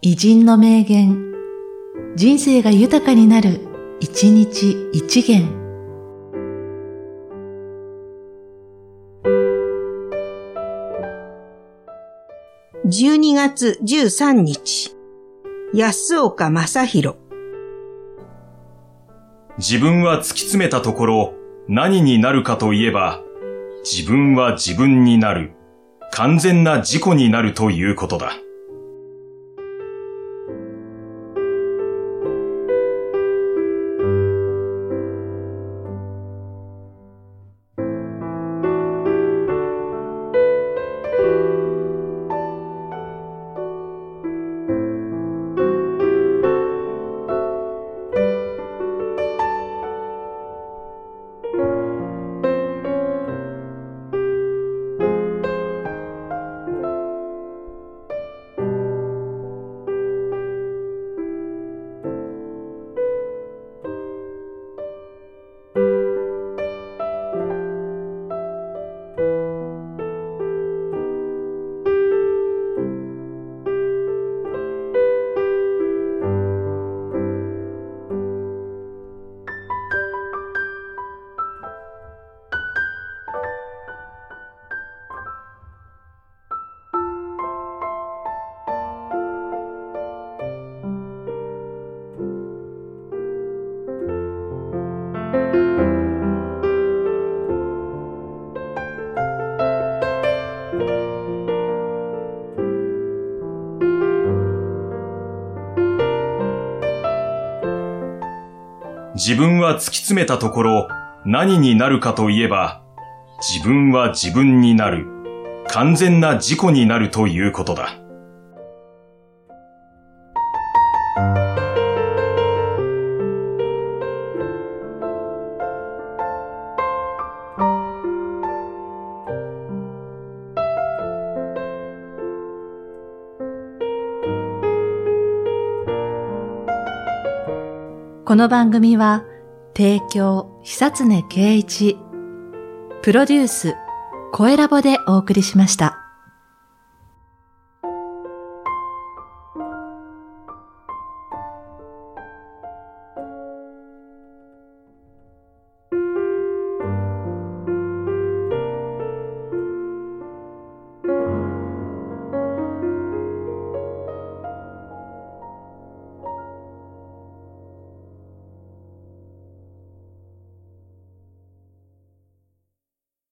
偉人の名言、人生が豊かになる、一日一元。 12月13日、安岡正弘。 自分は突き詰めたところ、何になるかといえば、自分は自分になる、完全な自己になるということだ。自分は突き詰めたところ、何になるかといえば、自分は自分になる、完全な自己になるということだ。 この番組は、提供、久常圭一、プロデュース、声ラボでお送りしました。